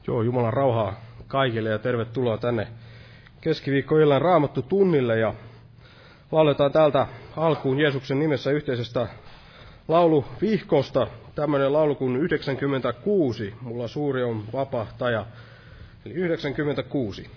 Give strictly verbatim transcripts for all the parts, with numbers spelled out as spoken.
Joo, Jumalan rauhaa kaikille ja tervetuloa tänne keskiviikkoillan Raamattu tunnille. Ja lauletaan täältä alkuun Jeesuksen nimessä yhteisestä lauluvihkosta. Tämmöinen laulu kuin yhdeksänkymmentäkuusi. Mulla suuri on vapahtaja. Eli yhdeksänkymmentäkuusi.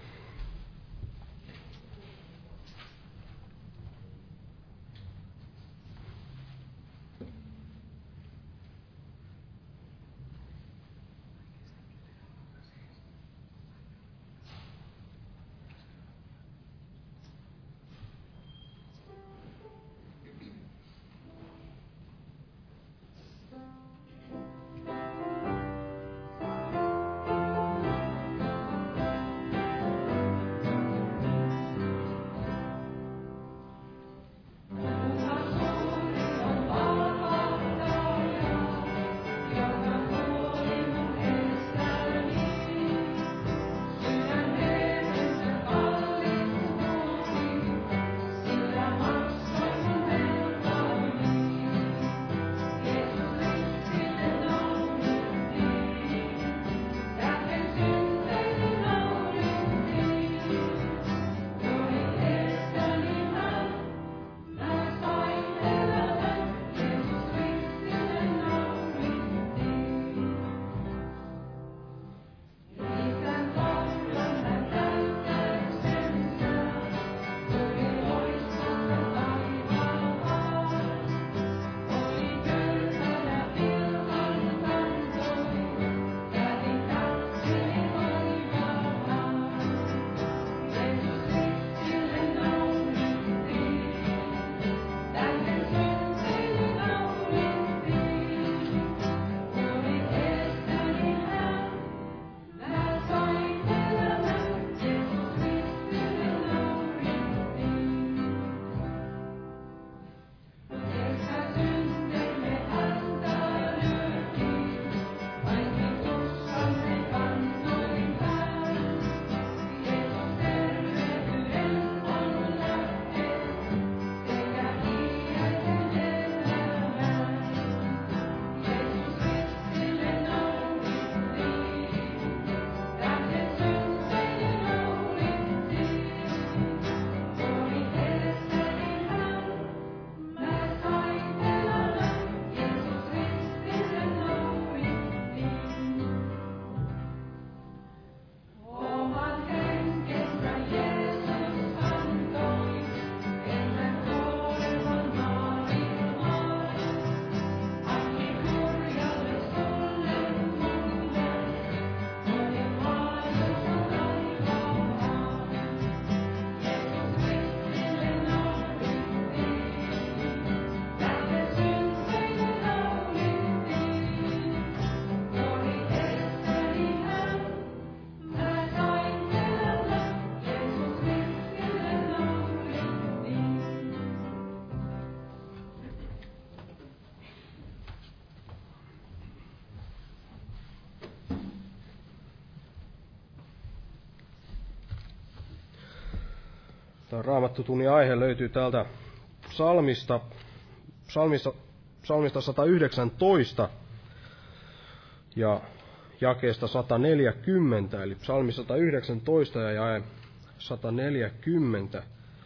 Tämä Raamattutunnin aihe löytyy täältä psalmista, psalmista, psalmista sata yhdeksäntoista ja jakeesta sata neljäkymmentä, eli psalmi sata yhdeksäntoista ja jae sata neljäkymmentä.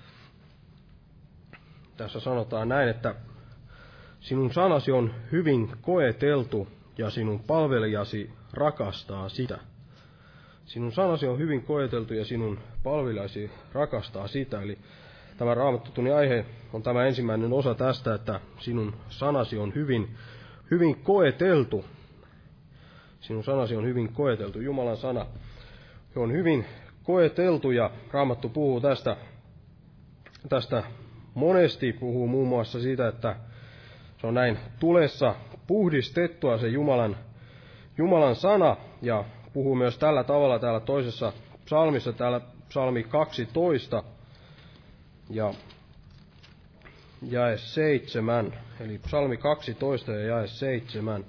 Tässä sanotaan näin, että sinun sanasi on hyvin koeteltu ja sinun palvelijasi rakastaa sitä. Sinun sanasi on hyvin koeteltu ja sinun palvelijasi rakastaa sitä. Eli tämä Raamattutunnin aihe on tämä ensimmäinen osa tästä, että sinun sanasi on hyvin, hyvin koeteltu. Sinun sanasi on hyvin koeteltu. Jumalan sana on hyvin koeteltu ja Raamattu puhuu tästä, tästä monesti. Puhuu muun muassa siitä, että se on näin tulessa puhdistettua se Jumalan, Jumalan sana ja puhuu myös tällä tavalla täällä toisessa psalmissa, täällä psalmi kaksitoista ja jae seitsemän, eli psalmi kaksitoista ja jae seitsemän.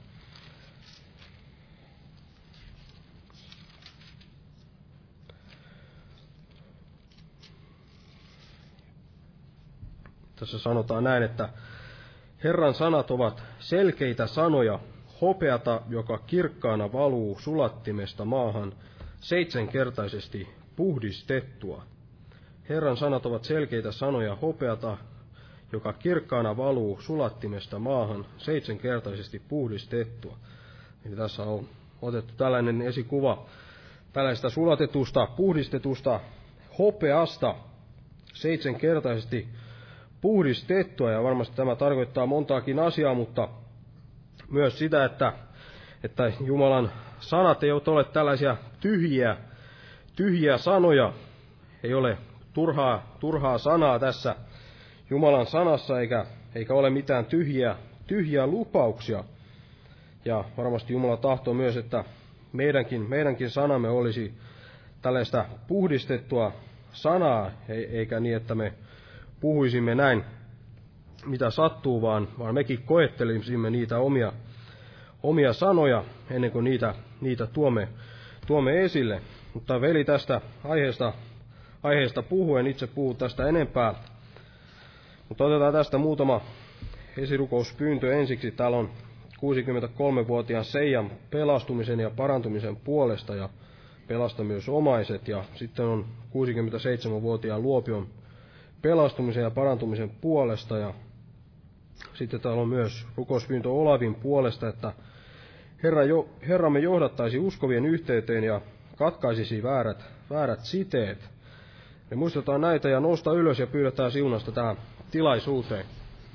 Tässä sanotaan näin, että Herran sanat ovat selkeitä sanoja, hopeata, joka kirkkaana valuu sulattimesta maahan, seitsemänkertaisesti puhdistettua. Herran sanat ovat selkeitä sanoja, hopeata, joka kirkkaana valuu sulattimesta maahan, seitsemänkertaisesti puhdistettua. Eli tässä on otettu tällainen esikuva tällaista sulatetusta, puhdistetusta hopeasta, seitsemänkertaisesti puhdistettua. Ja varmasti tämä tarkoittaa montaakin asiaa, mutta myös sitä, että, että Jumalan sanat ei ole tällaisia tyhjiä, tyhjiä sanoja. Ei ole turhaa, turhaa sanaa tässä Jumalan sanassa, eikä, eikä ole mitään tyhjiä, tyhjiä lupauksia. Ja varmasti Jumala tahtoo myös, että meidänkin, meidänkin sanamme olisi tällaista puhdistettua sanaa, eikä niin, että me puhuisimme näin, mitä sattuu, vaan, vaan mekin koettelisimme niitä omia, omia sanoja, ennen kuin niitä, niitä tuomme, tuomme esille. Mutta veli tästä aiheesta, aiheesta puhuu, en itse puhu tästä enempää. Mutta otetaan tästä muutama esirukouspyyntö ensiksi. Täällä on kuusikymmentäkolmevuotiaan Seijan pelastumisen ja parantumisen puolesta ja pelasta myös omaiset. Ja sitten on kuusikymmentäseitsemänvuotiaan Luopion pelastumisen ja parantumisen puolesta. Ja sitten täällä on myös rukouspyyntö Olavin puolesta, että Herra jo, Herramme johdattaisi uskovien yhteyteen ja katkaisisi väärät, väärät siteet. Me muistetaan näitä ja nousta ylös ja pyydetään siunasta tähän tilaisuuteen.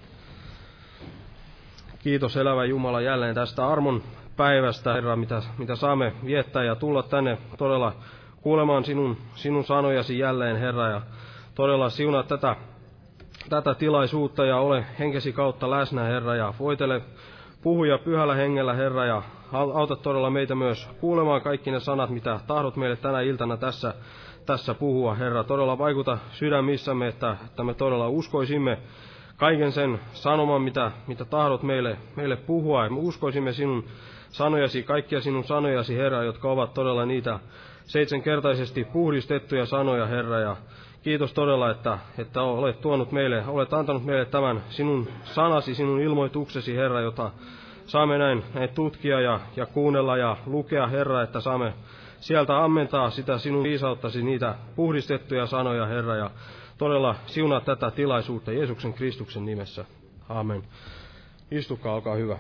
Kiitos elävä Jumala jälleen tästä armon päivästä, Herra, mitä, mitä saamme viettää ja tulla tänne todella kuulemaan sinun, sinun sanojasi jälleen, Herra, ja todella siunaa tätä, tätä tilaisuutta ja ole henkesi kautta läsnä, Herra, ja voitele puhuja pyhällä hengellä, Herra, ja auta todella meitä myös kuulemaan kaikki ne sanat, mitä tahdot meille tänä iltana tässä, tässä puhua, Herra. Todella vaikuta sydämissämme, että, että me todella uskoisimme kaiken sen sanoman, mitä, mitä tahdot meille, meille puhua. Me uskoisimme sinun sanojasi, kaikkia sinun sanojasi, Herra, jotka ovat todella niitä seitsemänkertaisesti puhdistettuja sanoja, Herra. Ja kiitos todella, että, että olet tuonut meille, olet antanut meille tämän sinun sanasi, sinun ilmoituksesi, Herra, jota saamme näin, näin tutkia ja, ja kuunnella ja lukea, Herra, että saamme sieltä ammentaa sitä sinun viisauttasi, niitä puhdistettuja sanoja, Herra, ja todella siunaa tätä tilaisuutta Jeesuksen Kristuksen nimessä. Amen. Istukaa, olkaa hyvä.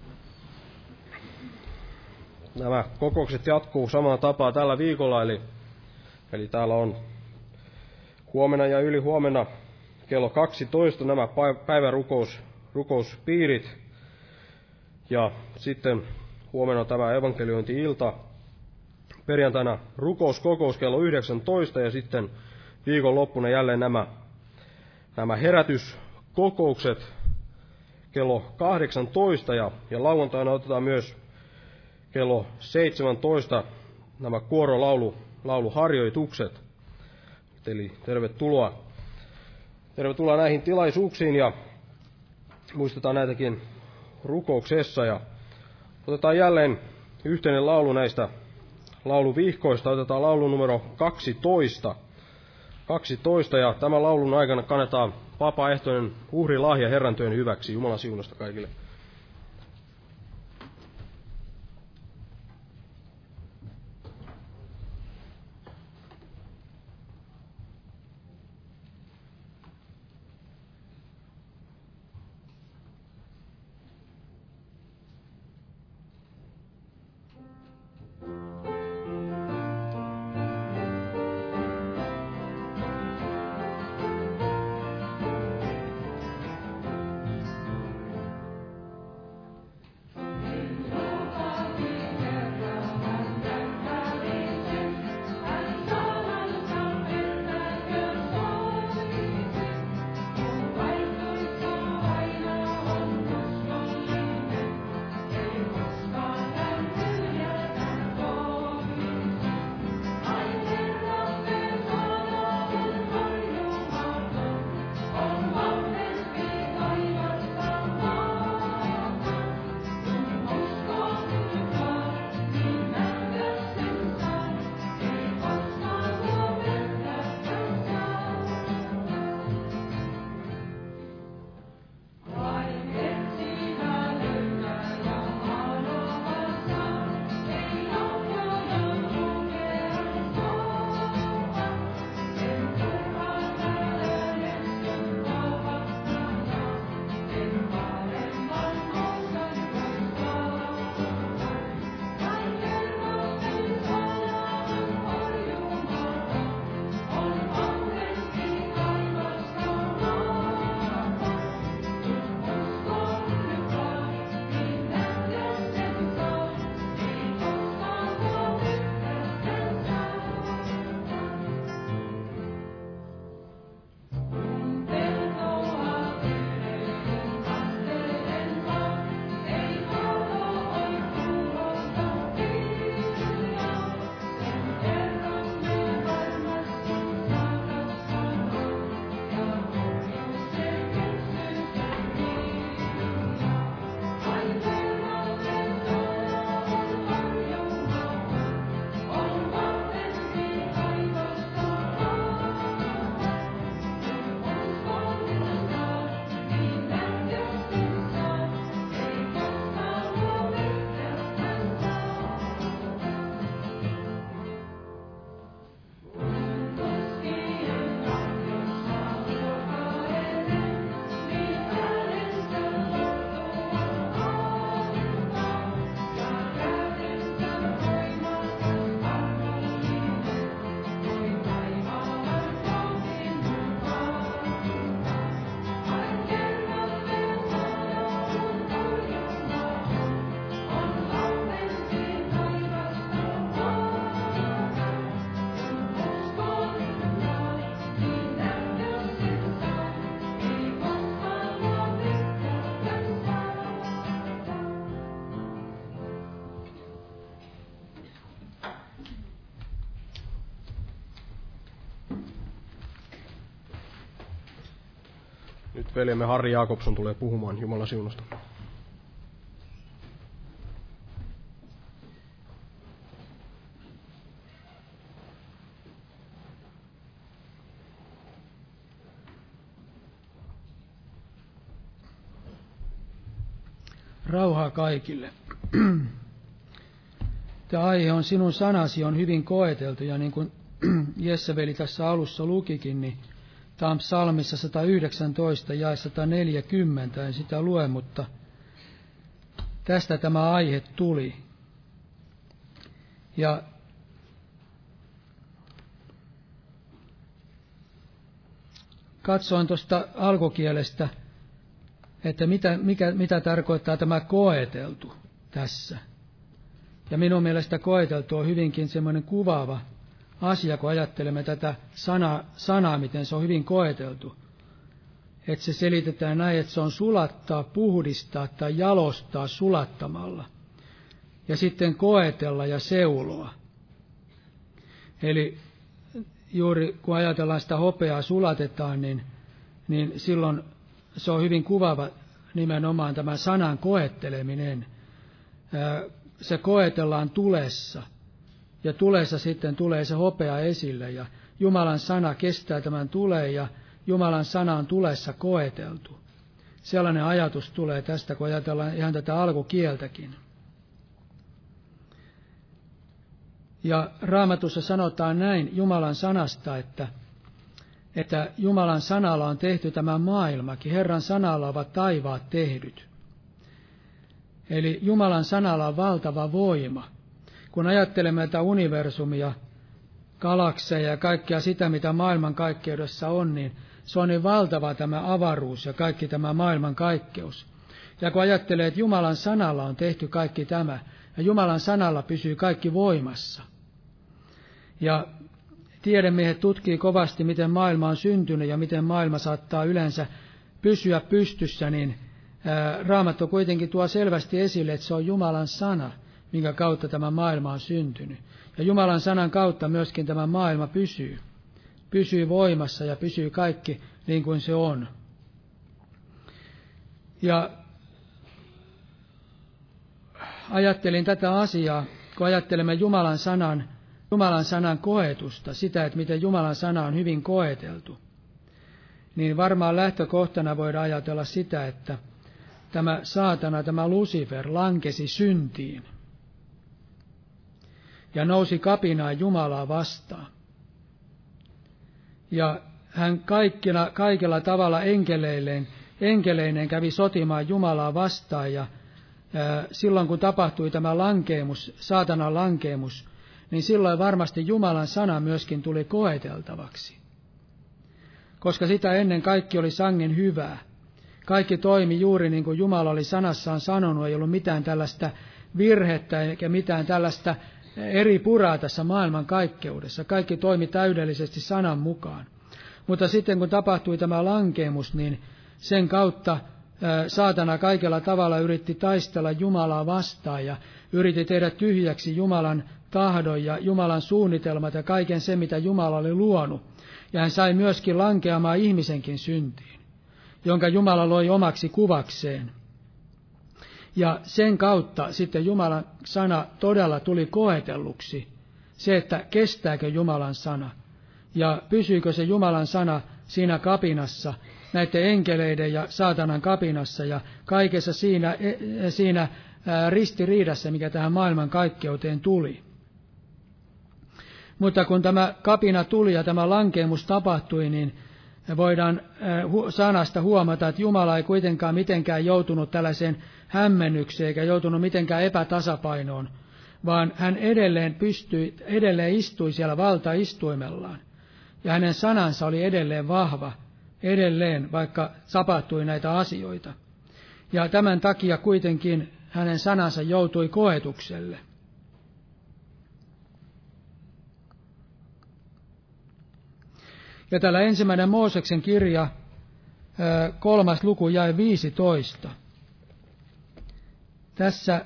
Nämä kokoukset jatkuu samaan tapaan tällä viikolla, eli, eli täällä on huomenna ja yli huomenna kello kaksitoista nämä päivän rukous, rukouspiirit. Ja sitten huomenna on tämä evankeliointi-ilta. Perjantaina rukouskokous kello yhdeksäntoista ja sitten viikonloppuna jälleen nämä, nämä herätyskokoukset kello kahdeksantoista ja, ja lauantaina otetaan myös kello seitsemäntoista nämä kuorolaulu, lauluharjoitukset. Eli tervetuloa, tervetuloa näihin tilaisuuksiin ja muistetaan näitäkin rukouksessa. Ja otetaan jälleen yhteinen laulu näistä lauluvihkoista. Otetaan laulu numero kaksitoista. kaksitoista ja tämän laulun aikana kannetaan vapaaehtoinen uhrilahja Herran työn hyväksi. Jumalan siunasta kaikille. Nyt veljemme Harri Jakobson tulee puhumaan Jumalan siunosta. Rauhaa kaikille. Tämä aihe on sinun sanasi on hyvin koeteltu, ja niin kuin Jesse-veli tässä alussa lukikin, niin tämä on psalmissa sata yhdeksäntoista ja sata neljäkymmentä, en sitä lue, mutta tästä tämä aihe tuli. Ja katsoin tuosta alkukielestä, että mitä, mikä, mitä tarkoittaa tämä koeteltu tässä. Ja minun mielestä koeteltu on hyvinkin semmoinen kuvaava asia, kun ajattelemme tätä sana, sanaa, miten se on hyvin koeteltu. Että se selitetään näin, että se on sulattaa, puhdistaa tai jalostaa sulattamalla. Ja sitten koetella ja seuloa. Eli juuri kun ajatellaan sitä hopeaa sulatetaan, niin, niin silloin se on hyvin kuvaava nimenomaan tämä sanan koetteleminen. Se koetellaan tulessa, ja tulessa sitten tulee se hopea esille, ja Jumalan sana kestää tämän tuleen, ja Jumalan sana on tulessa koeteltu. Sellainen ajatus tulee tästä, kun ajatellaan ihan tätä alkukieltäkin. Ja Raamatussa sanotaan näin Jumalan sanasta, että että Jumalan sanalla on tehty tämä maailmakin, Herran sanalla ovat taivaat tehdyt. Eli Jumalan sanalla on valtava voima. Kun ajattelemme tätä universumia, galakseja ja kaikkea sitä, mitä maailman kaikkeudessa on, niin se on niin valtava tämä avaruus ja kaikki tämä maailman kaikkeus. Ja kun ajattelee, että Jumalan sanalla on tehty kaikki tämä, ja Jumalan sanalla pysyy kaikki voimassa. Ja tiedemiehet tutkii kovasti, miten maailma on syntynyt ja miten maailma saattaa yleensä pysyä pystyssä, niin ää, Raamattu kuitenkin tuo selvästi esille, että se on Jumalan sana, minkä kautta tämä maailma on syntynyt. Ja Jumalan sanan kautta myöskin tämä maailma pysyy. Pysyy voimassa ja pysyy kaikki niin kuin se on. Ja ajattelin tätä asiaa, kun ajattelemme Jumalan sanan, Jumalan sanan koetusta, sitä, että miten Jumalan sana on hyvin koeteltu, niin varmaan lähtökohtana voidaan ajatella sitä, että tämä saatana, tämä Lucifer, lankesi syntiin ja nousi kapinaan Jumalaa vastaan. Ja hän kaikilla, kaikella tavalla enkeleilleen, enkeleineen kävi sotimaan Jumalaa vastaan, ja ää, silloin kun tapahtui tämä lankeemus, saatanan lankeemus, niin silloin varmasti Jumalan sana myöskin tuli koeteltavaksi. Koska sitä ennen kaikki oli sangen hyvää. Kaikki toimi juuri niin kuin Jumala oli sanassaan sanonut, ei ollut mitään tällaista virhettä eikä mitään tällaista eri puraa tässä maailman kaikkeudessa. Kaikki toimi täydellisesti sanan mukaan. Mutta sitten kun tapahtui tämä lankeemus, niin sen kautta saatana kaikella tavalla yritti taistella Jumalaa vastaan ja yritti tehdä tyhjäksi Jumalan tahdon ja Jumalan suunnitelmat ja kaiken sen, mitä Jumala oli luonut. Ja hän sai myöskin lankeamaan ihmisenkin syntiin, jonka Jumala loi omaksi kuvakseen. Ja sen kautta sitten Jumalan sana todella tuli koetelluksi. Se, että kestääkö Jumalan sana ja pysyykö se Jumalan sana siinä kapinassa, näiden enkeleiden ja saatanan kapinassa ja kaikessa siinä, siinä ristiriidassa, mikä tähän maailman kaikkeuteen tuli. Mutta kun tämä kapina tuli ja tämä lankeemus tapahtui, niin voidaan sanasta huomata, että Jumala ei kuitenkaan mitenkään joutunut tällaiseen hämmennykseen eikä joutunut mitenkään epätasapainoon, vaan hän edelleen pystyi, edelleen istui siellä valtaistuimellaan. Ja hänen sanansa oli edelleen vahva, edelleen, vaikka tapahtui näitä asioita. Ja tämän takia kuitenkin hänen sanansa joutui koetukselle. Ja täällä ensimmäinen Mooseksen kirja, kolmas luku jae viisitoista. Tässä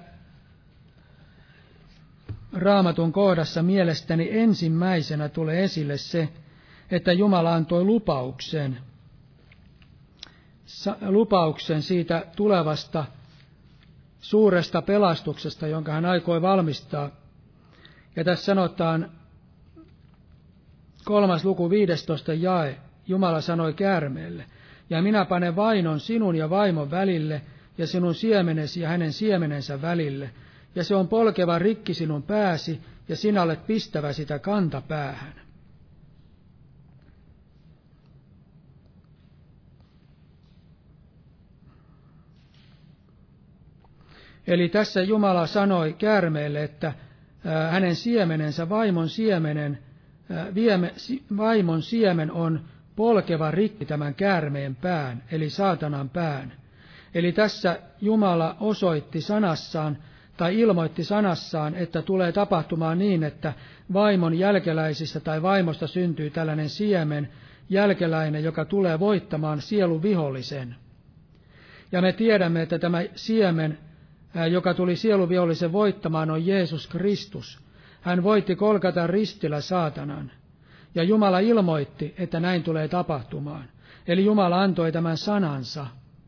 Raamatun kohdassa mielestäni ensimmäisenä tulee esille se, että Jumala antoi lupauksen lupauksen siitä tulevasta suuresta pelastuksesta, jonka hän aikoi valmistaa. Ja tässä sanotaan kolmas luku viidestoista jae, Jumala sanoi käärmeelle, ja minä panen vainon sinun ja vaimon välille, ja sinun siemenesi ja hänen siemenensä välille, ja se on polkeva rikki sinun pääsi, ja sinä olet pistävä sitä kantapäähän. Eli tässä Jumala sanoi käärmeelle, että hänen siemenensä, vaimon siemenen, vieme, vaimon siemen on polkeva rikki tämän käärmeen pään, eli saatanan pään. Eli tässä Jumala osoitti sanassaan, tai ilmoitti sanassaan, että tulee tapahtumaan niin, että vaimon jälkeläisistä tai vaimosta syntyy tällainen siemen jälkeläinen, joka tulee voittamaan sielun vihollisen. Ja me tiedämme, että tämä siemen, joka tuli sielun vihollisen voittamaan, on Jeesus Kristus. Hän voitti Golgatan ristillä saatanan. Ja Jumala ilmoitti, että näin tulee tapahtumaan. Eli Jumala antoi tämän sanansa.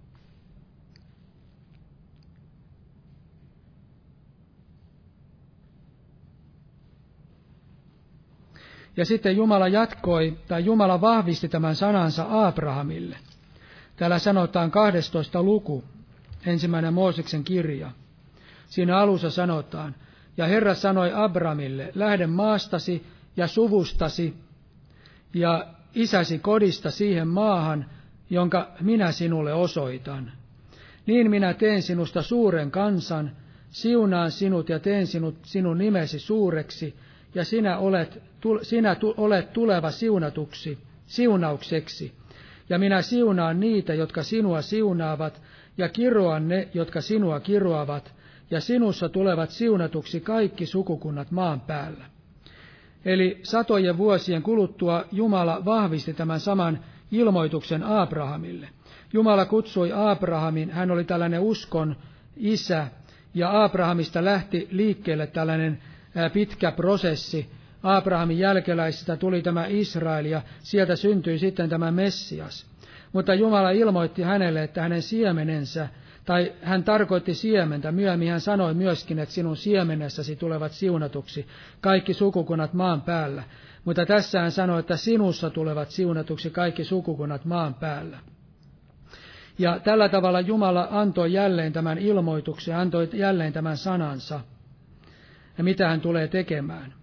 Ja sitten Jumala jatkoi, tai Jumala vahvisti tämän sanansa Abrahamille. Täällä sanotaan kahdestoista luku, ensimmäinen Mooseksen kirja. Siinä alussa sanotaan, ja Herra sanoi Abrahamille, lähde maastasi ja suvustasi ja isäsi kodista siihen maahan, jonka minä sinulle osoitan. Niin minä teen sinusta suuren kansan, siunaan sinut ja teen sinut, sinun nimesi suureksi, ja sinä olet, sinä olet tuleva siunatuksi, siunaukseksi. Ja minä siunaan niitä, jotka sinua siunaavat, ja kiroan ne, jotka sinua kiroavat, ja sinussa tulevat siunatuksi kaikki sukukunnat maan päällä. Eli satojen vuosien kuluttua Jumala vahvisti tämän saman ilmoituksen Abrahamille. Jumala kutsui Abrahamin, hän oli tällainen uskon isä, ja Abrahamista lähti liikkeelle tällainen pitkä prosessi. Abrahamin jälkeläisistä tuli tämä Israel, ja sieltä syntyi sitten tämä Messias. Mutta Jumala ilmoitti hänelle, että hänen siemenensä, tai hän tarkoitti siementä, myöhemmin hän sanoi myöskin, että sinun siemenessäsi tulevat siunatuksi kaikki sukukunnat maan päällä. Mutta tässä hän sanoi, että sinussa tulevat siunatuksi kaikki sukukunnat maan päällä. Ja tällä tavalla Jumala antoi jälleen tämän ilmoituksen, antoi jälleen tämän sanansa, ja mitä hän tulee tekemään.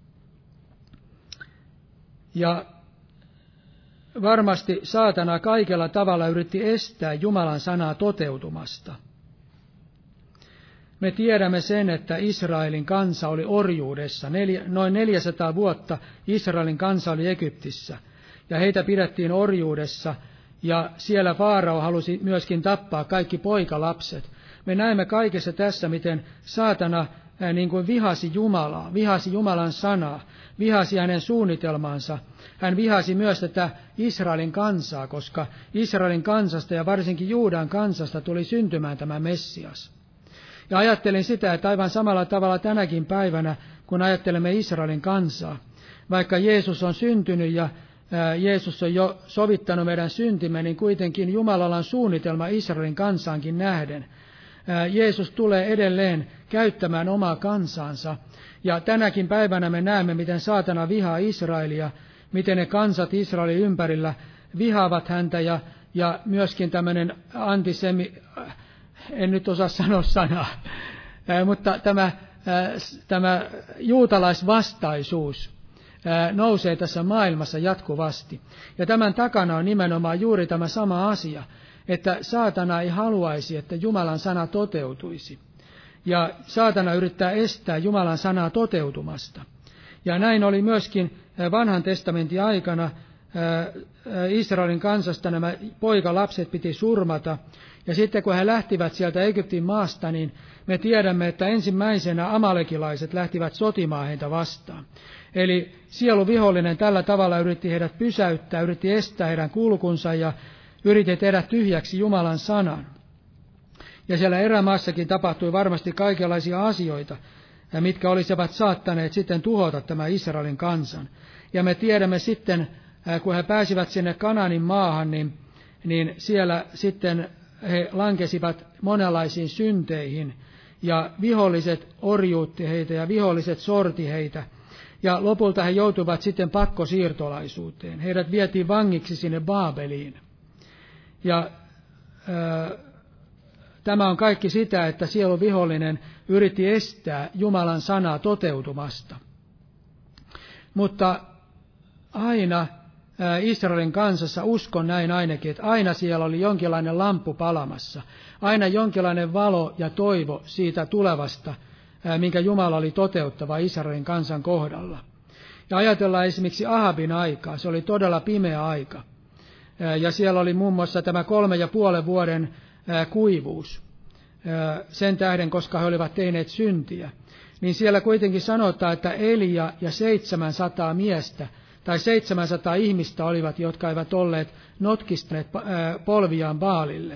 Ja varmasti saatana kaikella tavalla yritti estää Jumalan sanaa toteutumasta. Me tiedämme sen, että Israelin kansa oli orjuudessa. Neljä, noin neljäsataa vuotta Israelin kansa oli Egyptissä, ja heitä pidettiin orjuudessa, ja siellä Faarao halusi myöskin tappaa kaikki poikalapset. Me näemme kaikessa tässä, miten saatana ää, niin kuin vihasi Jumalaa, vihasi Jumalan sanaa, vihasi hänen suunnitelmaansa. Hän vihasi myös tätä Israelin kansaa, koska Israelin kansasta ja varsinkin Juudan kansasta tuli syntymään tämä Messias. Ja ajattelin sitä, että aivan samalla tavalla tänäkin päivänä, kun ajattelemme Israelin kansaa, vaikka Jeesus on syntynyt ja Jeesus on jo sovittanut meidän syntimme, niin kuitenkin Jumalalla on suunnitelma Israelin kansaankin nähden. Jeesus tulee edelleen käyttämään omaa kansansa. Ja tänäkin päivänä me näemme, miten saatana vihaa Israelia, miten ne kansat Israelin ympärillä vihaavat häntä, ja, ja myöskin tämmöinen antisemi, en nyt osaa sanoa sanaa, mutta tämä, tämä juutalaisvastaisuus nousee tässä maailmassa jatkuvasti. Ja tämän takana on nimenomaan juuri tämä sama asia, että saatana ei haluaisi, että Jumalan sana toteutuisi. Ja saatana yrittää estää Jumalan sanaa toteutumasta. Ja näin oli myöskin vanhan testamentin aikana Israelin kansasta nämä poikalapset piti surmata. Ja sitten kun he lähtivät sieltä Egyptin maasta, niin me tiedämme, että ensimmäisenä amalekilaiset lähtivät sotimaan heitä vastaan. Eli sieluvihollinen tällä tavalla yritti heidät pysäyttää, yritti estää heidän kulkunsa ja yritti tehdä tyhjäksi Jumalan sanan. Ja siellä erämaassakin tapahtui varmasti kaikenlaisia asioita, mitkä olisivat saattaneet sitten tuhota tämä Israelin kansan. Ja me tiedämme sitten, kun he pääsivät sinne Kanaanin maahan, niin niin siellä sitten he lankesivat monenlaisiin synteihin, ja viholliset orjuutti heitä ja viholliset sorti heitä. Ja lopulta he joutuivat sitten pakkosiirtolaisuuteen. Heidät vietiin vangiksi sinne Baabeliin. Ja ö, tämä on kaikki sitä, että sielun vihollinen yritti estää Jumalan sanaa toteutumasta. Mutta aina Israelin kansassa, uskon näin ainakin, että aina siellä oli jonkinlainen lamppu palamassa. Aina jonkinlainen valo ja toivo siitä tulevasta, minkä Jumala oli toteuttava Israelin kansan kohdalla. Ja ajatellaan esimerkiksi Ahabin aikaa, se oli todella pimeä aika. Ja siellä oli muun muassa tämä kolme ja puolen vuoden kuivuus. Sen tähden, koska he olivat tehneet syntiä. Niin siellä kuitenkin sanotaan, että Elia ja seitsemänsataa miestä tai seitsemänsataa ihmistä olivat, jotka eivät olleet notkistaneet polviaan Baalille.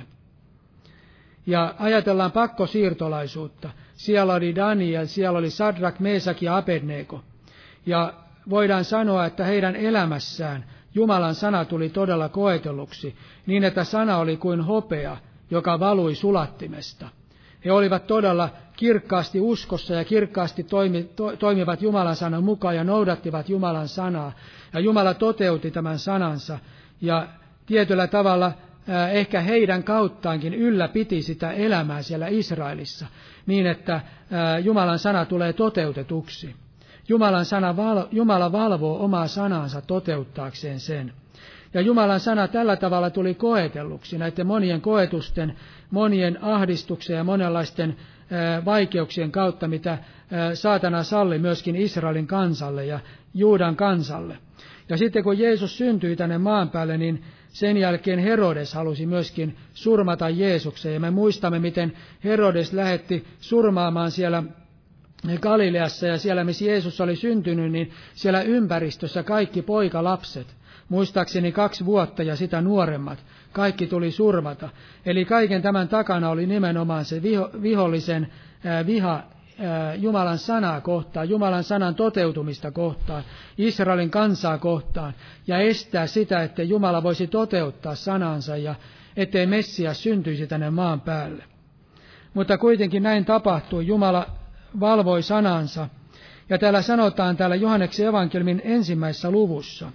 Ja ajatellaan pakkosiirtolaisuutta. Siellä oli Daniel, siellä oli Sadrak, Meesak ja Abednego. Ja voidaan sanoa, että heidän elämässään Jumalan sana tuli todella koetelluksi, niin että sana oli kuin hopea, joka valui sulattimesta. He olivat todella kirkkaasti uskossa ja kirkkaasti toimi, to, toimivat Jumalan sanan mukaan ja noudattivat Jumalan sanaa. Ja Jumala toteutti tämän sanansa ja tietyllä tavalla äh, ehkä heidän kauttaankin ylläpiti sitä elämää siellä Israelissa niin, että äh, Jumalan sana tulee toteutetuksi. Jumalan sana val, Jumala valvoo omaa sanansa toteuttaakseen sen. Ja Jumalan sana tällä tavalla tuli koetelluksi näiden monien koetusten, monien ahdistuksen ja monenlaisten ää, vaikeuksien kautta, mitä ää, saatana salli myöskin Israelin kansalle ja Juudan kansalle. Ja sitten kun Jeesus syntyi tänne maan päälle, niin sen jälkeen Herodes halusi myöskin surmata Jeesuksen. Ja me muistamme, miten Herodes lähetti surmaamaan siellä Galileassa ja siellä, missä Jeesus oli syntynyt, niin siellä ympäristössä kaikki poikalapset, muistaakseni kaksi vuotta ja sitä nuoremmat, kaikki tuli surmata. Eli kaiken tämän takana oli nimenomaan se viho, vihollisen ää, viha ää, Jumalan sanaa kohtaan, Jumalan sanan toteutumista kohtaan, Israelin kansaa kohtaan, ja estää sitä, että Jumala voisi toteuttaa sanansa ja ettei Messias syntyisi tänne maan päälle. Mutta kuitenkin näin tapahtui, Jumala valvoi sanansa, ja täällä sanotaan täällä Johanneksen evankeliumin ensimmäisessä luvussa,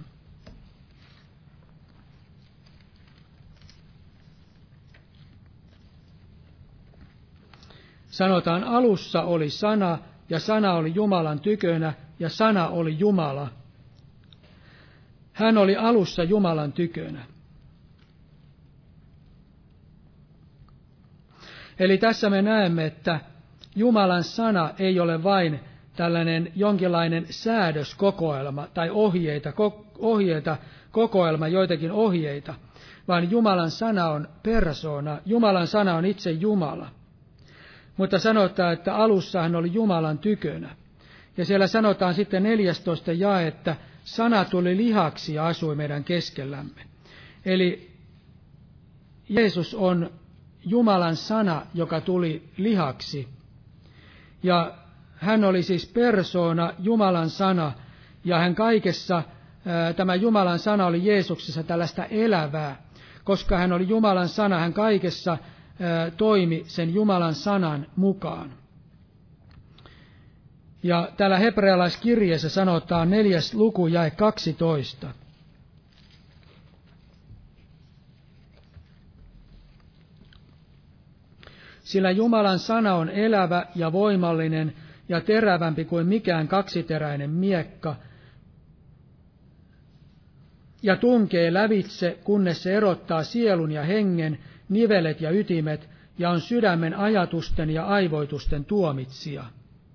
sanotaan, alussa oli sana, ja sana oli Jumalan tykönä, ja sana oli Jumala. Hän oli alussa Jumalan tykönä. Eli tässä me näemme, että Jumalan sana ei ole vain tällainen jonkinlainen säädöskokoelma tai ohjeita, ohjeita kokoelma, joitakin ohjeita, vaan Jumalan sana on persoona, Jumalan sana on itse Jumala. Mutta sanotaan, että alussa hän oli Jumalan tykönä. Ja siellä sanotaan sitten neljästoista jae, että sana tuli lihaksi ja asui meidän keskellämme. Eli Jeesus on Jumalan sana, joka tuli lihaksi. Ja hän oli siis persoona, Jumalan sana, ja hän kaikessa, ää, tämä Jumalan sana oli Jeesuksessa tällaista elävää, koska hän oli Jumalan sana, hän kaikessa ää, toimi sen Jumalan sanan mukaan. Ja täällä hebrealaiskirjeessä sanotaan neljäs luku jae kaksitoista. Sillä Jumalan sana on elävä ja voimallinen ja terävämpi kuin mikään kaksiteräinen miekka, ja tunkee lävitse, kunnes se erottaa sielun ja hengen, nivelet ja ytimet, ja on sydämen ajatusten ja aivoitusten tuomitsija.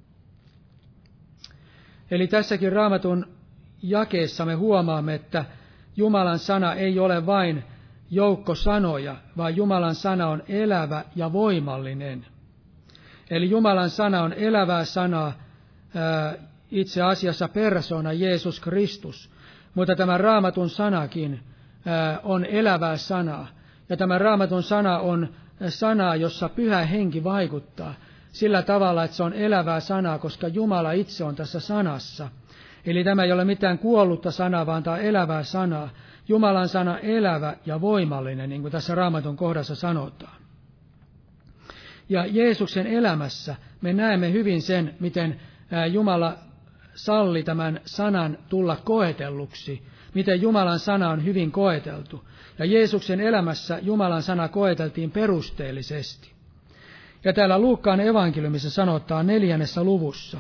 Eli tässäkin Raamatun jakeessa me huomaamme, että Jumalan sana ei ole vain joukko sanoja, vaan Jumalan sana on elävä ja voimallinen. Eli Jumalan sana on elävää sanaa, ää, itse asiassa persoona Jeesus Kristus, mutta tämä Raamatun sanakin ää, on elävää sanaa. Ja tämä Raamatun sana on sanaa, jossa Pyhä Henki vaikuttaa sillä tavalla, että se on elävää sanaa, koska Jumala itse on tässä sanassa. Eli tämä ei ole mitään kuollutta sanaa, vaan tämä on elävää sanaa. Jumalan sana elävä ja voimallinen, niin kuin tässä Raamatun kohdassa sanotaan. Ja Jeesuksen elämässä me näemme hyvin sen, miten Jumala salli tämän sanan tulla koetelluksi, miten Jumalan sana on hyvin koeteltu. Ja Jeesuksen elämässä Jumalan sana koeteltiin perusteellisesti. Ja täällä Luukkaan evankeliumissa sanotaan neljännessä luvussa.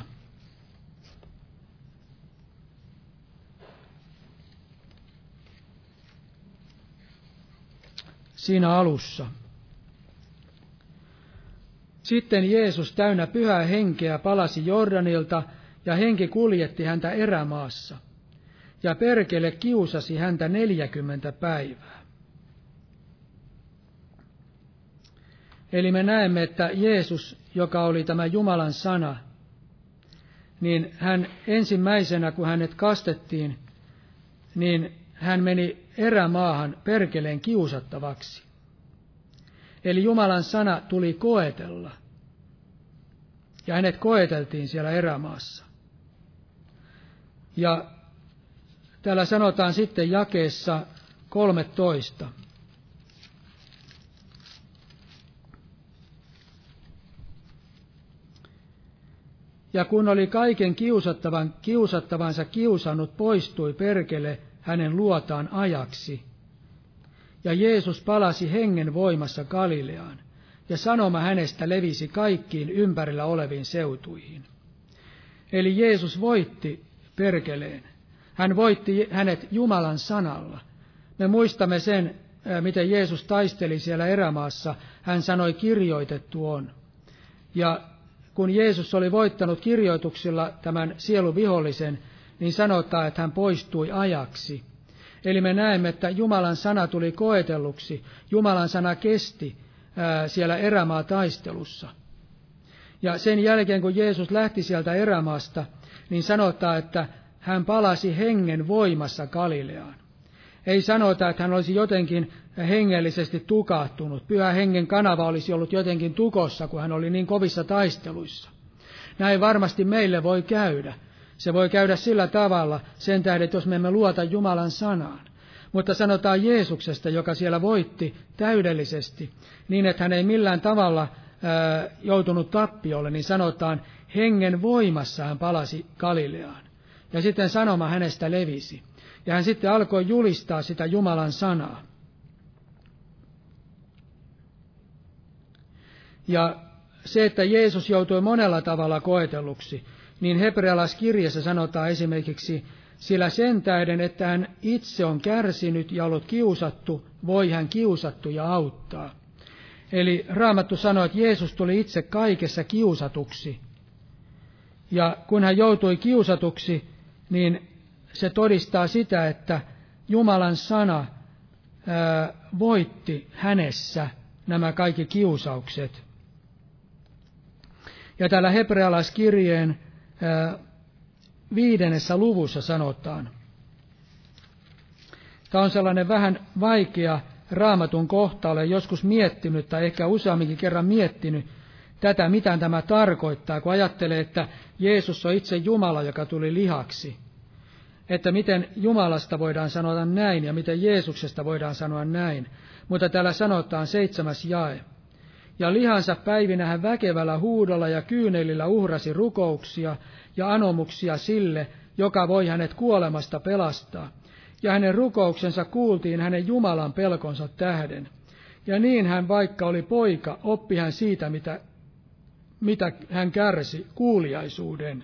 Siinä alussa. Sitten Jeesus täynnä pyhää henkeä palasi Jordanilta, ja henki kuljetti häntä erämaassa. Ja perkele kiusasi häntä neljäkymmentä päivää. Eli me näemme, että Jeesus, joka oli tämä Jumalan sana, niin hän ensimmäisenä, kun hänet kastettiin, niin hän meni erämaahan perkeleen kiusattavaksi. Eli Jumalan sana tuli koetella. Ja hänet koeteltiin siellä erämaassa. Ja täällä sanotaan sitten jakeessa kolmetoista. Ja kun oli kaiken kiusattavan, kiusattavansa kiusannut, poistui perkele hänen luotaan ajaksi. Ja Jeesus palasi hengen voimassa Galileaan, ja sanoma hänestä levisi kaikkiin ympärillä oleviin seutuihin. Eli Jeesus voitti perkeleen. Hän voitti hänet Jumalan sanalla. Me muistamme sen, miten Jeesus taisteli siellä erämaassa. Hän sanoi, kirjoitettu on. Ja kun Jeesus oli voittanut kirjoituksilla tämän sieluvihollisen, niin sanotaan, että hän poistui ajaksi. Eli me näemme, että Jumalan sana tuli koetelluksi. Jumalan sana kesti ää, siellä erämaataistelussa. Ja sen jälkeen, kun Jeesus lähti sieltä erämaasta, niin sanotaan, että hän palasi hengen voimassa Galileaan. Ei sanota, että hän olisi jotenkin hengellisesti tukahtunut. Pyhä hengen kanava olisi ollut jotenkin tukossa, kun hän oli niin kovissa taisteluissa. Näin varmasti meille voi käydä. Se voi käydä sillä tavalla, sen tähden, että jos me emme luota Jumalan sanaan. Mutta sanotaan Jeesuksesta, joka siellä voitti täydellisesti, niin että hän ei millään tavalla ää, joutunut tappiolle, niin sanotaan, hengen voimassa hän palasi Galileaan. Ja sitten sanoma hänestä levisi. Ja hän sitten alkoi julistaa sitä Jumalan sanaa. Ja se, että Jeesus joutui monella tavalla koetelluksi, niin hebrealaiskirjassa sanotaan esimerkiksi, sillä sen tähden, että hän itse on kärsinyt ja ollut kiusattu, voi hän kiusattu ja auttaa. Eli Raamattu sanoo, että Jeesus tuli itse kaikessa kiusatuksi. Ja kun hän joutui kiusatuksi, niin se todistaa sitä, että Jumalan sana ää, voitti hänessä nämä kaikki kiusaukset. Ja täällä hebrealaiskirjeen ää, viidennessä luvussa sanotaan. Tämä on sellainen vähän vaikea Raamatun kohta, olen joskus miettinyt tai ehkä useamminkin kerran miettinyt tätä, mitä tämä tarkoittaa, kun ajattelee, että Jeesus on itse Jumala, joka tuli lihaksi. Että miten Jumalasta voidaan sanoa näin ja miten Jeesuksesta voidaan sanoa näin. Mutta täällä sanotaan seitsemäs jae. Ja lihansa päivinä hän väkevällä huudolla ja kyynelillä uhrasi rukouksia ja anomuksia sille, joka voi hänet kuolemasta pelastaa. Ja hänen rukouksensa kuultiin hänen Jumalan pelkonsa tähden. Ja niin hän, vaikka oli poika, oppi hän siitä, mitä, mitä hän kärsi, kuuliaisuuden.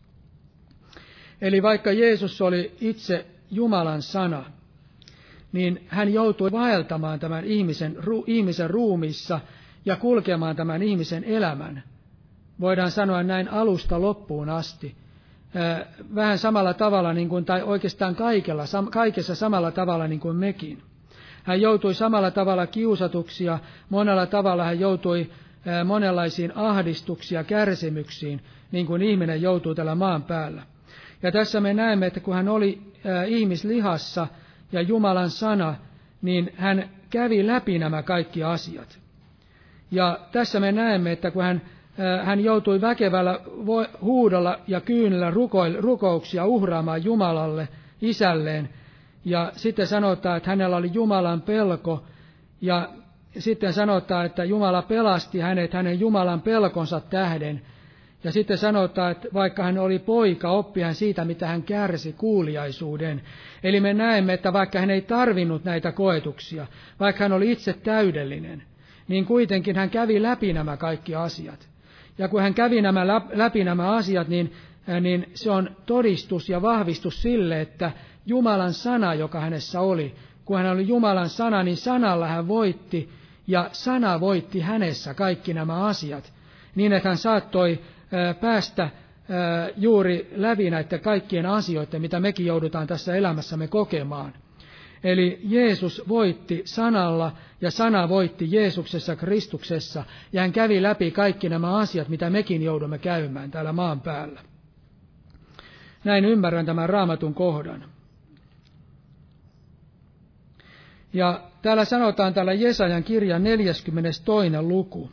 Eli vaikka Jeesus oli itse Jumalan sana, niin hän joutui vaeltamaan tämän ihmisen, ru, ihmisen ruumiissa ja kulkemaan tämän ihmisen elämän. Voidaan sanoa näin alusta loppuun asti. Vähän samalla tavalla, niin kuin, tai oikeastaan kaikella, kaikessa samalla tavalla niin kuin mekin. Hän joutui samalla tavalla kiusatuksi ja monella tavalla hän joutui monenlaisiin ahdistuksiin ja kärsimyksiin, niin kuin ihminen joutuu tällä maan päällä. Ja tässä me näemme, että kun hän oli ihmislihassa ja Jumalan sana, niin hän kävi läpi nämä kaikki asiat. Ja tässä me näemme, että kun hän hän joutui väkevällä huudolla ja kyynellä rukouksia uhraamaan Jumalalle, isälleen. Ja sitten sanotaan, että hänellä oli Jumalan pelko, ja sitten sanotaan, että Jumala pelasti hänet hänen Jumalan pelkonsa tähden. Ja sitten sanotaan, että vaikka hän oli poika, oppi hän siitä, mitä hän kärsi, kuuliaisuuden. Eli me näemme, että vaikka hän ei tarvinnut näitä koetuksia, vaikka hän oli itse täydellinen, niin kuitenkin hän kävi läpi nämä kaikki asiat. Ja kun hän kävi nämä läpi nämä asiat, niin, niin se on todistus ja vahvistus sille, että Jumalan sana, joka hänessä oli, kun hän oli Jumalan sana, niin sanalla hän voitti, ja sana voitti hänessä kaikki nämä asiat, niin että hän saattoi päästä juuri läpi näiden kaikkien asioiden, mitä mekin joudutaan tässä elämässämme kokemaan. Eli Jeesus voitti sanalla, ja sana voitti Jeesuksessa, Kristuksessa, ja hän kävi läpi kaikki nämä asiat, mitä mekin joudumme käymään täällä maan päällä. Näin ymmärrän tämän Raamatun kohdan. Ja täällä sanotaan täällä Jesajan kirjan neljäskymmenestoinen luku.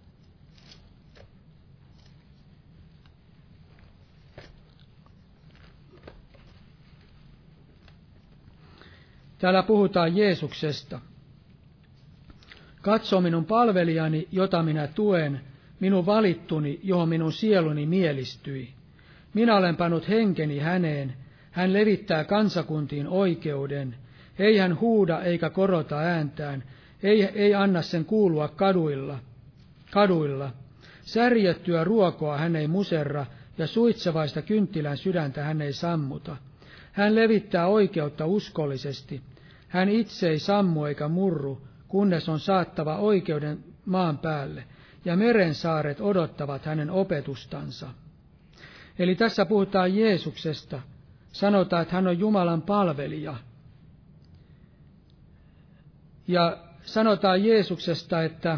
Täällä puhutaan Jeesuksesta. Katso minun palvelijani, jota minä tuen, minun valittuni, johon minun sieluni mielistyi. Minä olen pannut henkeni häneen, hän levittää kansakuntiin oikeuden. Ei hän huuda eikä korota ääntään, ei, ei anna sen kuulua kaduilla. kaduilla. Särjettyä ruokoa hän ei muserra, ja suitsevaista kynttilän sydäntä hän ei sammuta. Hän levittää oikeutta uskollisesti. Hän itse ei sammu eikä murru, kunnes on saattava oikeuden maan päälle, ja merensaaret odottavat hänen opetustansa. Eli tässä puhutaan Jeesuksesta. Sanotaan, että hän on Jumalan palvelija. Ja sanotaan Jeesuksesta, että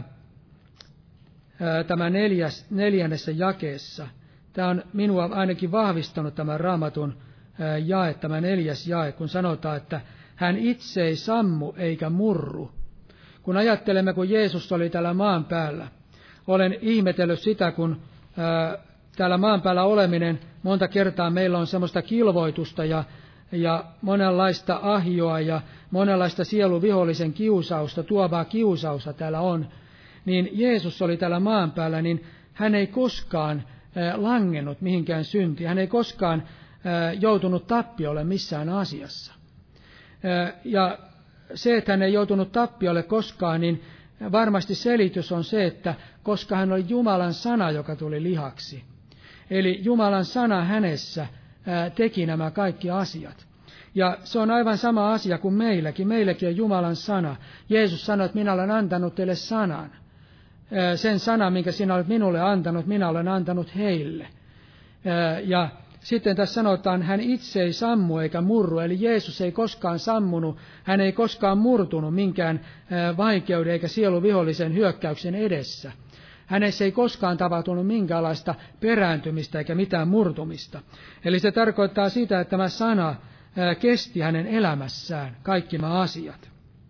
ää, tämä neljäs, neljännessä jakeessa, tämä on minua ainakin vahvistanut tämä Raamatun ää, jae, tämä neljäs jae, kun sanotaan, että hän itse ei sammu eikä murru. Kun ajattelemme, kun Jeesus oli täällä maan päällä, olen ihmetellyt sitä, kun ää, täällä maan päällä oleminen, monta kertaa meillä on semmoista kilvoitusta ja, ja monenlaista ahjoa ja monenlaista sieluvihollisen kiusausta, tuovaa kiusausta täällä on, niin Jeesus oli täällä maan päällä, niin hän ei koskaan ää, langennut mihinkään syntiin, hän ei koskaan ää, joutunut tappiolle missään asiassa. Ää, ja se, että hän ei joutunut tappiolle koskaan, niin varmasti selitys on se, että koska hän oli Jumalan sana, joka tuli lihaksi. Eli Jumalan sana hänessä ää, teki nämä kaikki asiat. Ja se on aivan sama asia kuin meilläkin. Meilläkin on Jumalan sana. Jeesus sanoi, että minä olen antanut teille sanan. Ää, sen sanan, minkä sinä olet minulle antanut, minä olen antanut heille. Ää, ja sitten tässä sanotaan, hän itse ei sammu eikä murru, eli Jeesus ei koskaan sammunut, hän ei koskaan murtunut minkään ää, vaikeuden eikä sieluvihollisen hyökkäyksen edessä. Hänessä ei koskaan tapahtunut minkäänlaista perääntymistä eikä mitään murtumista. Eli se tarkoittaa sitä, että tämä sana ää, kesti hänen elämässään kaikki nämä asiat.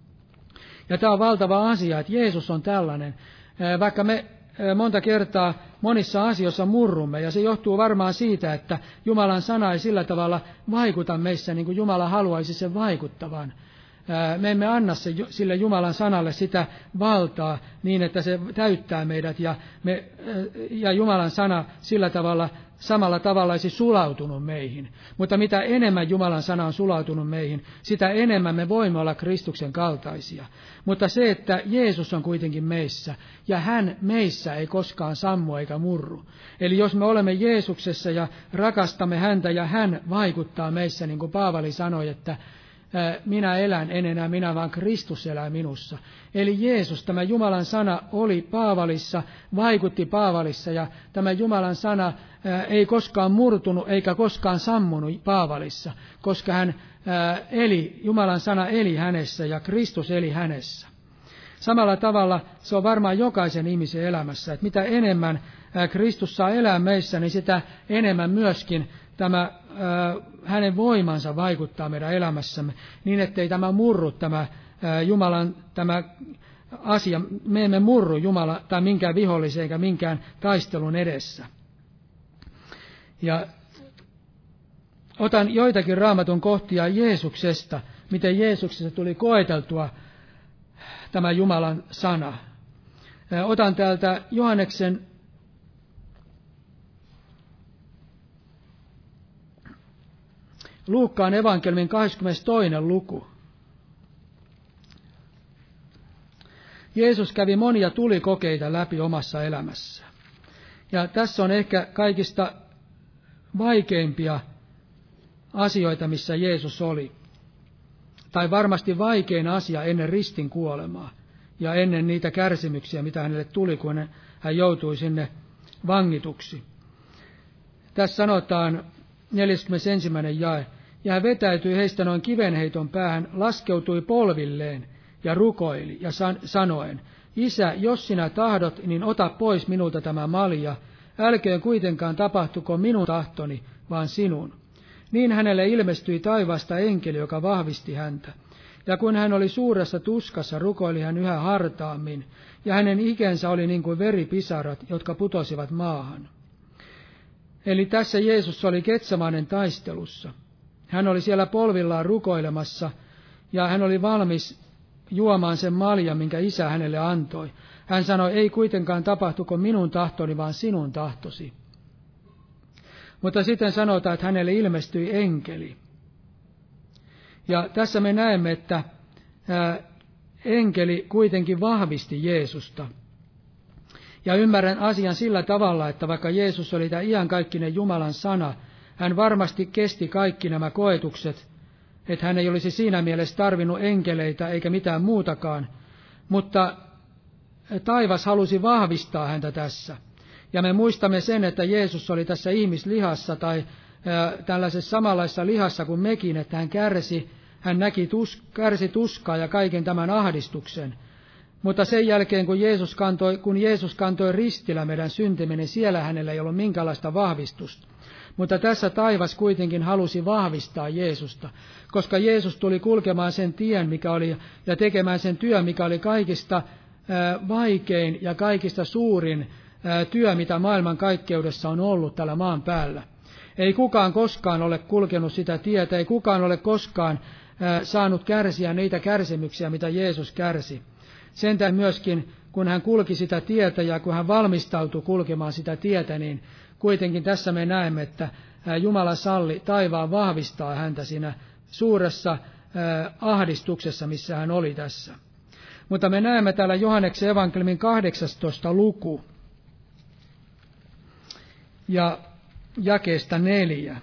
Ja tämä on valtava asia, että Jeesus on tällainen, ää, vaikka me ää, monta kertaa monissa asioissa murrumme, ja se johtuu varmaan siitä, että Jumalan sana ei sillä tavalla vaikuta meissä niin kuin Jumala haluaisi sen vaikuttavan. Me emme anna se, sille Jumalan sanalle sitä valtaa niin, että se täyttää meidät ja, me, ja Jumalan sana sillä tavalla, samalla tavalla olisi sulautunut meihin. Mutta mitä enemmän Jumalan sana on sulautunut meihin, sitä enemmän me voimme olla Kristuksen kaltaisia. Mutta se, että Jeesus on kuitenkin meissä ja hän meissä ei koskaan sammu eikä murru. Eli jos me olemme Jeesuksessa ja rakastamme häntä ja hän vaikuttaa meissä, niin kuin Paavali sanoi, että minä elän, en enää minä, vaan Kristus elää minussa. Eli Jeesus, tämä Jumalan sana oli Paavalissa, vaikutti Paavalissa, ja tämä Jumalan sana ei koskaan murtunut eikä koskaan sammunut Paavalissa, koska hän eli, Jumalan sana eli hänessä ja Kristus eli hänessä. Samalla tavalla se on varmaan jokaisen ihmisen elämässä, että mitä enemmän Kristus saa elää meissä, niin sitä enemmän myöskin tämä hänen voimansa vaikuttaa meidän elämässämme, niin ettei tämä murru, tämä Jumalan tämä asia. Me emme murru Jumala tai minkään vihollisen eikä minkään taistelun edessä. Ja otan joitakin Raamatun kohtia Jeesuksesta, miten Jeesuksesta tuli koeteltua tämä Jumalan sana. Otan täältä Johanneksen Luukkaan evankeliumin kaksikymmentätoinen luku. Jeesus kävi monia tulikokeita läpi omassa elämässään. Ja tässä on ehkä kaikista vaikeimpia asioita, missä Jeesus oli. Tai varmasti vaikein asia ennen ristin kuolemaa ja ennen niitä kärsimyksiä, mitä hänelle tuli, kun hän joutui sinne vangituksi. Tässä sanotaan neljäskymmenesensimmäinen jae. Ja hän vetäytyi heistä noin kivenheiton päähän, laskeutui polvilleen ja rukoili ja san- sanoen, Isä, jos sinä tahdot, niin ota pois minulta tämä malja, älköön kuitenkaan tapahtuko minun tahtoni, vaan sinun. Niin hänelle ilmestyi taivaasta enkeli, joka vahvisti häntä. Ja kun hän oli suuressa tuskassa, rukoili hän yhä hartaammin, ja hänen ikensä oli niin kuin veripisarat, jotka putosivat maahan. Eli tässä Jeesus oli Getsemanen taistelussa. Hän oli siellä polvillaan rukoilemassa, ja hän oli valmis juomaan sen maljan, minkä Isä hänelle antoi. Hän sanoi, ei kuitenkaan tapahtuko minun tahtoni, vaan sinun tahtosi. Mutta sitten sanotaan, että hänelle ilmestyi enkeli. Ja tässä me näemme, että ää, enkeli kuitenkin vahvisti Jeesusta. Ja ymmärrän asian sillä tavalla, että vaikka Jeesus oli tämä iankaikkinen Jumalan sana, hän varmasti kesti kaikki nämä koetukset, että hän ei olisi siinä mielessä tarvinnut enkeleitä eikä mitään muutakaan, mutta taivas halusi vahvistaa häntä tässä. Ja me muistamme sen, että Jeesus oli tässä ihmislihassa tai ää, tällaisessa samanlaisessa lihassa kuin mekin, että hän kärsi, hän näki tus, kärsi tuskaa ja kaiken tämän ahdistuksen. Mutta sen jälkeen, kun Jeesus kantoi, kun Jeesus kantoi ristillä meidän syntimme, niin siellä hänellä ei ollut minkäänlaista vahvistusta. Mutta tässä taivas kuitenkin halusi vahvistaa Jeesusta, koska Jeesus tuli kulkemaan sen tien, mikä oli, ja tekemään sen työn, mikä oli kaikista ää, vaikein ja kaikista suurin ää, työ, mitä maailman kaikkeudessa on ollut tällä maan päällä. Ei kukaan koskaan ole kulkenut sitä tietä, ei kukaan ole koskaan ää, saanut kärsiä niitä kärsimyksiä, mitä Jeesus kärsi. Sentään myöskin, kun hän kulki sitä tietä ja kun hän valmistautui kulkemaan sitä tietä, niin kuitenkin tässä me näemme, että Jumala salli taivaan vahvistaa häntä siinä suuressa ahdistuksessa, missä hän oli tässä. Mutta me näemme täällä Johanneksen evankeliumin kahdeksastoista luku ja jakeesta neljä.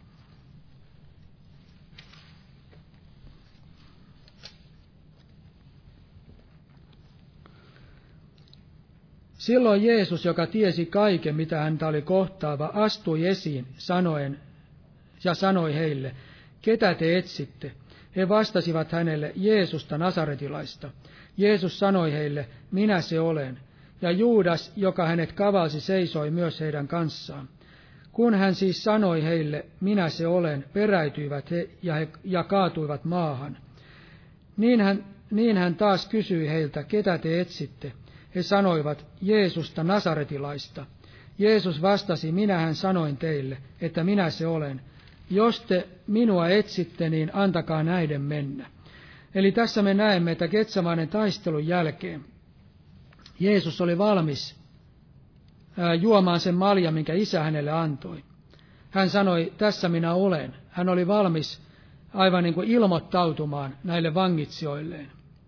Silloin Jeesus, joka tiesi kaiken, mitä häntä oli kohtaava, astui esiin sanoen ja sanoi heille, ketä te etsitte? He vastasivat hänelle, Jeesusta Nasaretilaista. Jeesus sanoi heille, minä se olen. Ja Juudas, joka hänet kavalsi, seisoi myös heidän kanssaan. Kun hän siis sanoi heille, minä se olen, peräytyivät he ja, he, ja kaatuivat maahan. Niin hän, niin hän taas kysyi heiltä, ketä te etsitte? He sanoivat, Jeesusta Nasaretilaista. Jeesus vastasi, minähän sanoin teille, että minä se olen. Jos te minua etsitte, niin antakaa näiden mennä. Eli tässä me näemme, että Getsemanen taistelun jälkeen Jeesus oli valmis juomaan sen maljan, minkä Isä hänelle antoi. Hän sanoi, tässä minä olen. Hän oli valmis aivan niin kuin ilmoittautumaan näille vangitsijoilleen.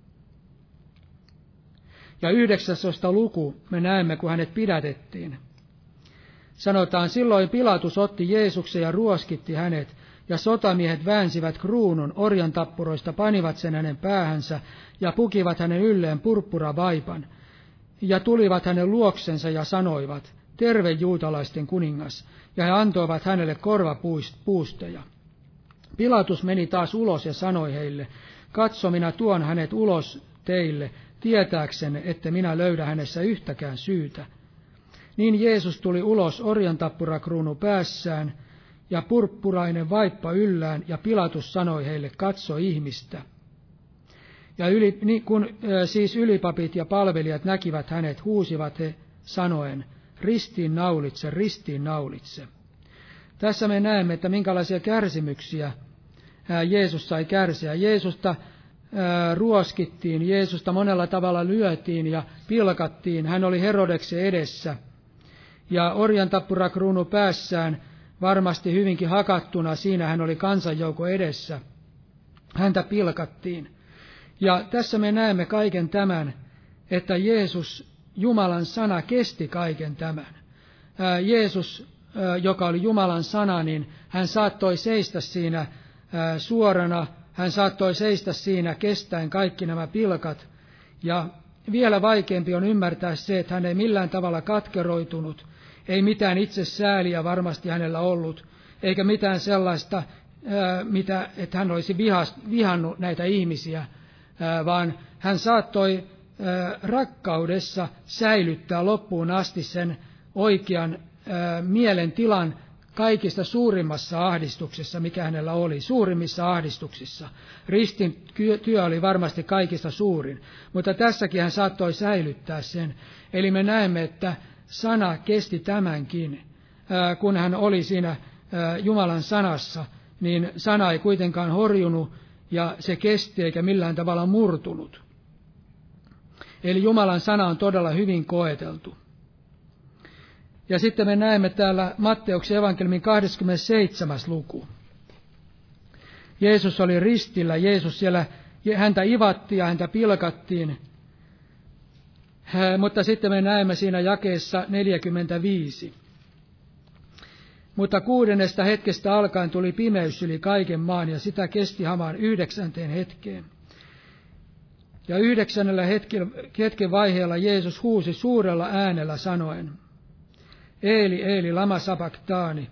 Ja yhdeksästoista luku me näemme, kun hänet pidätettiin. Sanotaan, silloin Pilatus otti Jeesuksen ja ruoskitti hänet, ja sotamiehet väänsivät kruunun orjantappuroista, panivat sen hänen päähänsä ja pukivat hänen ylleen purppuravaipan. Ja tulivat hänen luoksensa ja sanoivat, terve juutalaisten kuningas, ja he antoivat hänelle korvapuusteja. Pilatus meni taas ulos ja sanoi heille, katso, minä tuon hänet ulos teille, tietääksenne, että minä löydä hänessä yhtäkään syytä. Niin Jeesus tuli ulos orjantappurakruunu päässään ja purppurainen vaippa yllään, ja Pilatus sanoi heille, katso ihmistä. Ja yli, niin kun siis ylipapit ja palvelijat näkivät hänet, huusivat he sanoen, ristiin naulitse, ristiin naulitse. Tässä me näemme, että minkälaisia kärsimyksiä Jeesus sai kärsiä. Jeesusta ruoskittiin, Jeesusta monella tavalla lyötiin ja pilkattiin. Hän oli Herodeksen edessä. Ja orjantapurakruunu päässään, varmasti hyvinkin hakattuna, siinä hän oli kansanjoukko edessä. Häntä pilkattiin. Ja tässä me näemme kaiken tämän, että Jeesus, Jumalan sana, kesti kaiken tämän. Jeesus, joka oli Jumalan sana, niin hän saattoi seistä siinä suorana, hän saattoi seistä siinä kestäen kaikki nämä pilkat. Ja vielä vaikeampi on ymmärtää se, että hän ei millään tavalla katkeroitunut, ei mitään itsesääliä varmasti hänellä ollut, eikä mitään sellaista, mitä, että hän olisi vihannut näitä ihmisiä, vaan hän saattoi rakkaudessa säilyttää loppuun asti sen oikean mielentilan kaikista suurimmassa ahdistuksessa, mikä hänellä oli, suurimmissa ahdistuksissa. Ristin työ oli varmasti kaikista suurin, mutta tässäkin hän saattoi säilyttää sen. Eli me näemme, että sana kesti tämänkin, kun hän oli siinä Jumalan sanassa, niin sana ei kuitenkaan horjunut ja se kesti eikä millään tavalla murtunut. Eli Jumalan sana on todella hyvin koeteltu. Ja sitten me näemme täällä Matteuksen evankeliumin kaksikymmentäseitsemäs luku. Jeesus oli ristillä, Jeesus siellä, häntä ivattiin ja häntä pilkattiin. Mutta sitten me näemme siinä jakeessa neljäkymmentäviisi. Mutta kuudennesta hetkestä alkaen tuli pimeys yli kaiken maan, ja sitä kesti hamaan yhdeksänteen hetkeen. Ja yhdeksännellä hetken vaiheella Jeesus huusi suurella äänellä sanoen, Eeli, Eeli, lama sabaktaani.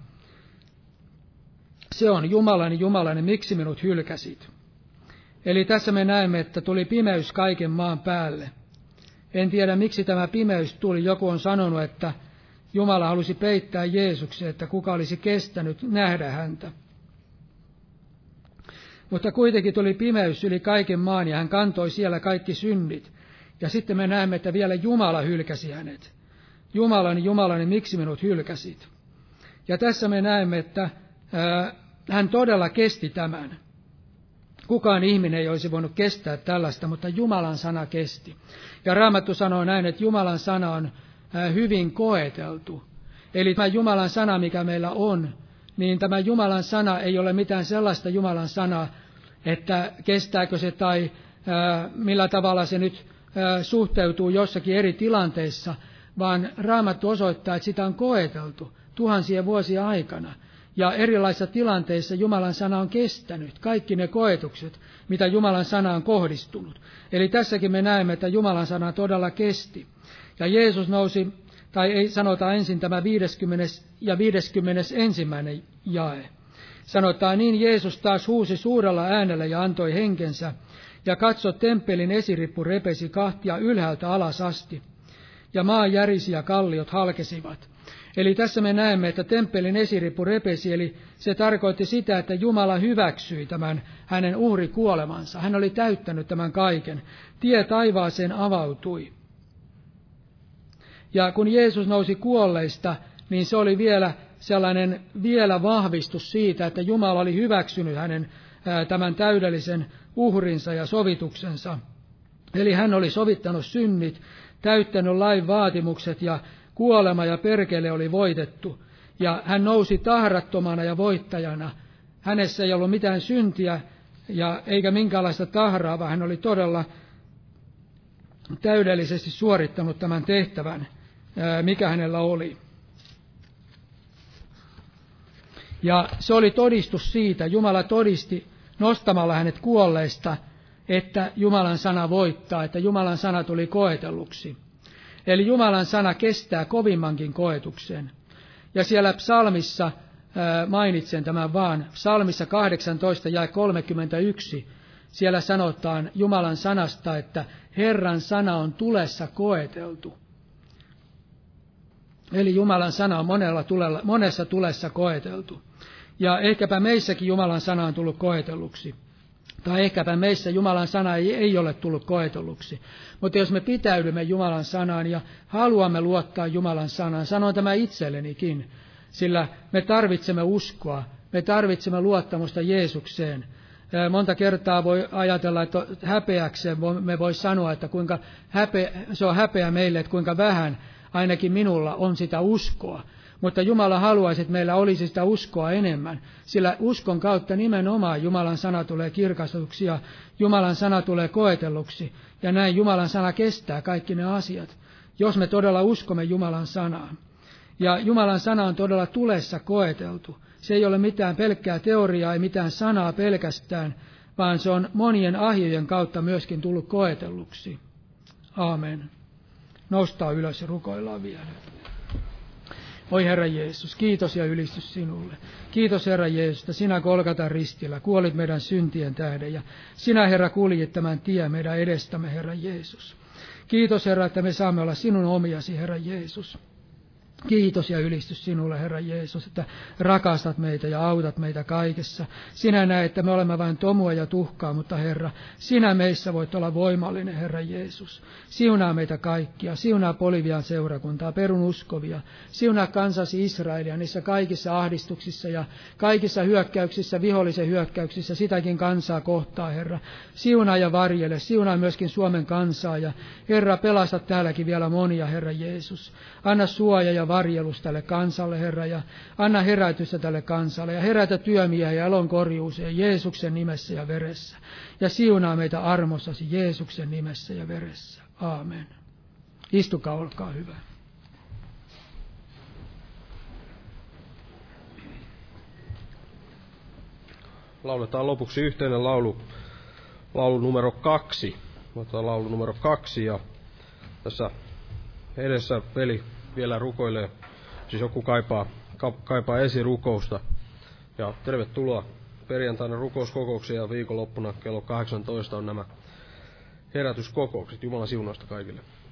Se on Jumalani, Jumalani, miksi minut hylkäsit? Eli tässä me näemme, että tuli pimeys kaiken maan päälle. En tiedä, miksi tämä pimeys tuli. Joku on sanonut, että Jumala halusi peittää Jeesuksen, että kuka olisi kestänyt nähdä häntä. Mutta kuitenkin tuli pimeys yli kaiken maan, ja hän kantoi siellä kaikki synnit. Ja sitten me näemme, että vielä Jumala hylkäsi hänet. Jumalani, Jumalani, miksi minut hylkäsit? Ja tässä me näemme, että ää, hän todella kesti tämän. Kukaan ihminen ei olisi voinut kestää tällaista, mutta Jumalan sana kesti. Ja Raamattu sanoo näin, että Jumalan sana on ää, hyvin koeteltu. Eli tämä Jumalan sana, mikä meillä on, niin tämä Jumalan sana ei ole mitään sellaista Jumalan sanaa, että kestääkö se tai ää, millä tavalla se nyt ää, suhteutuu jossakin eri tilanteissa, vaan Raamattu osoittaa, että sitä on koeteltu tuhansien vuosien aikana. Ja erilaisissa tilanteissa Jumalan sana on kestänyt kaikki ne koetukset, mitä Jumalan sana on kohdistunut. Eli tässäkin me näemme, että Jumalan sana todella kesti. Ja Jeesus nousi, tai ei sanota ensin tämä viideskymmenes ja viideskymmenesensimmäinen jae. Sanotaan niin, Jeesus taas huusi suurella äänellä ja antoi henkensä, ja katso, temppelin esirippu repesi kahtia ylhäältä alas asti, ja maan järisi ja kalliot halkesivat. Eli tässä me näemme, että temppelin esirippu repesi, eli se tarkoitti sitä, että Jumala hyväksyi tämän hänen uhrikuolemansa. Hän oli täyttänyt tämän kaiken. Tie taivaaseen avautui. Ja kun Jeesus nousi kuolleista, niin se oli vielä sellainen vielä vahvistus siitä, että Jumala oli hyväksynyt hänen ää, tämän täydellisen uhrinsa ja sovituksensa. Eli hän oli sovittanut synnit, täyttänyt lain vaatimukset ja kuolema ja perkele oli voitettu. Ja hän nousi tahrattomana ja voittajana. Hänessä ei ollut mitään syntiä ja eikä minkäänlaista tahraa, vaan hän oli todella täydellisesti suorittanut tämän tehtävän, mikä hänellä oli. Ja se oli todistus siitä, Jumala todisti nostamalla hänet kuolleista, että Jumalan sana voittaa, että Jumalan sana tuli koetelluksi. Eli Jumalan sana kestää kovimmankin koetuksen. Ja siellä psalmissa, mainitsen tämän vaan, psalmissa kahdeksantoista ja kolmekymmentäyksi, siellä sanotaan Jumalan sanasta, että Herran sana on tulessa koeteltu. Eli Jumalan sana on monella tulella, monessa tulessa koeteltu. Ja ehkäpä meissäkin Jumalan sana on tullut koetelluksi. Tai ehkäpä meissä Jumalan sana ei, ei ole tullut koetelluksi. Mutta jos me pitäydymme Jumalan sanaan ja haluamme luottaa Jumalan sanaan, sanon tämä itsellenikin, sillä me tarvitsemme uskoa, me tarvitsemme luottamusta Jeesukseen. Monta kertaa voi ajatella, että häpeäkseen me voi sanoa, että kuinka häpeä, se on häpeä meille, että kuinka vähän ainakin minulla on sitä uskoa. Mutta Jumala haluaisi, että meillä olisi sitä uskoa enemmän, sillä uskon kautta nimenomaan Jumalan sana tulee kirkastuksi ja Jumalan sana tulee koetelluksi. Ja näin Jumalan sana kestää kaikki ne asiat, jos me todella uskomme Jumalan sanaan. Ja Jumalan sana on todella tulessa koeteltu. Se ei ole mitään pelkkää teoriaa, ei mitään sanaa pelkästään, vaan se on monien ahjojen kautta myöskin tullut koetelluksi. Aamen. Noustaan ylös ja rukoillaan vielä. Oi Herra Jeesus, kiitos ja ylistys sinulle. Kiitos Herra Jeesus, että sinä Golgatan ristillä kuolit meidän syntien tähden ja sinä Herra kuljit tämän tien meidän edestämme Herra Jeesus. Kiitos Herra, että me saamme olla sinun omiasi Herra Jeesus. Kiitos ja ylistys sinulle, Herra Jeesus, että rakastat meitä ja autat meitä kaikessa. Sinä näet, että me olemme vain tomua ja tuhkaa, mutta Herra, sinä meissä voit olla voimallinen, Herra Jeesus. Siunaa meitä kaikkia, siunaa Bolivian seurakuntaa, perun uskovia, siunaa kansasi Israelia niissä kaikissa ahdistuksissa ja kaikissa hyökkäyksissä, vihollisen hyökkäyksissä, sitäkin kansaa kohtaa, Herra. Siunaa ja varjele, siunaa myöskin Suomen kansaa ja Herra, pelasta täälläkin vielä monia, Herra Jeesus. Anna suoja ja varjelus tälle kansalle, Herra, ja anna herätystä tälle kansalle, ja herätä työmiehiä ja elonkorjuuseen Jeesuksen nimessä ja veressä. Ja siunaa meitä armossasi Jeesuksen nimessä ja veressä. Aamen. Istukaa, olkaa hyvä. Lauletaan lopuksi yhteinen laulu, laulu numero kaksi. Otetaan laulu numero kaksi, ja tässä edessä veli vielä rukoilee, siis joku kaipaa, kaipaa esirukousta. Ja tervetuloa perjantaina rukouskokouksiin ja viikonloppuna kello kahdeksantoista on nämä herätyskokoukset. Jumalan siunausta kaikille.